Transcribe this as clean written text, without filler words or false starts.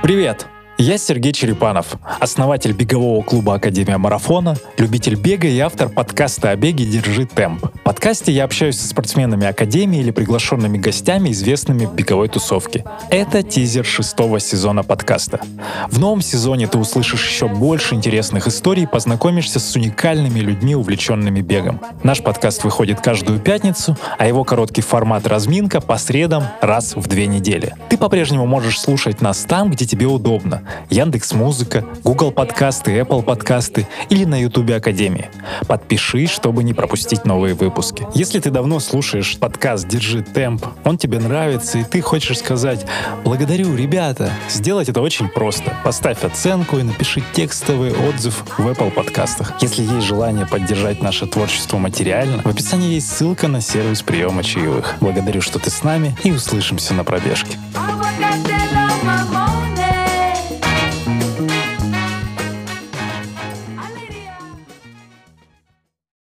Привет! Я Сергей Черепанов, основатель бегового клуба «Академия марафона», любитель бега и автор подкаста о беге «Держи темп». В подкасте я общаюсь со спортсменами Академии или приглашенными гостями, известными в беговой тусовке. Это тизер 6-го сезона подкаста. В новом сезоне ты услышишь еще больше интересных историй и познакомишься с уникальными людьми, увлеченными бегом. Наш подкаст выходит каждую пятницу, а его короткий формат «Разминка» по средам раз в 2 недели. Ты по-прежнему можешь слушать нас там, где тебе удобно. Яндекс.Музыка, Google подкасты, Apple подкасты или на Ютубе Академии. Подпишись, чтобы не пропустить новые выпуски. Если ты давно слушаешь подкаст «Держи темп», он тебе нравится, и ты хочешь сказать «Благодарю, ребята», сделать это очень просто. Поставь оценку и напиши текстовый отзыв в Apple подкастах. Если есть желание поддержать наше творчество материально, в описании есть ссылка на сервис приема чаевых. Благодарю, что ты с нами, и услышимся на пробежке.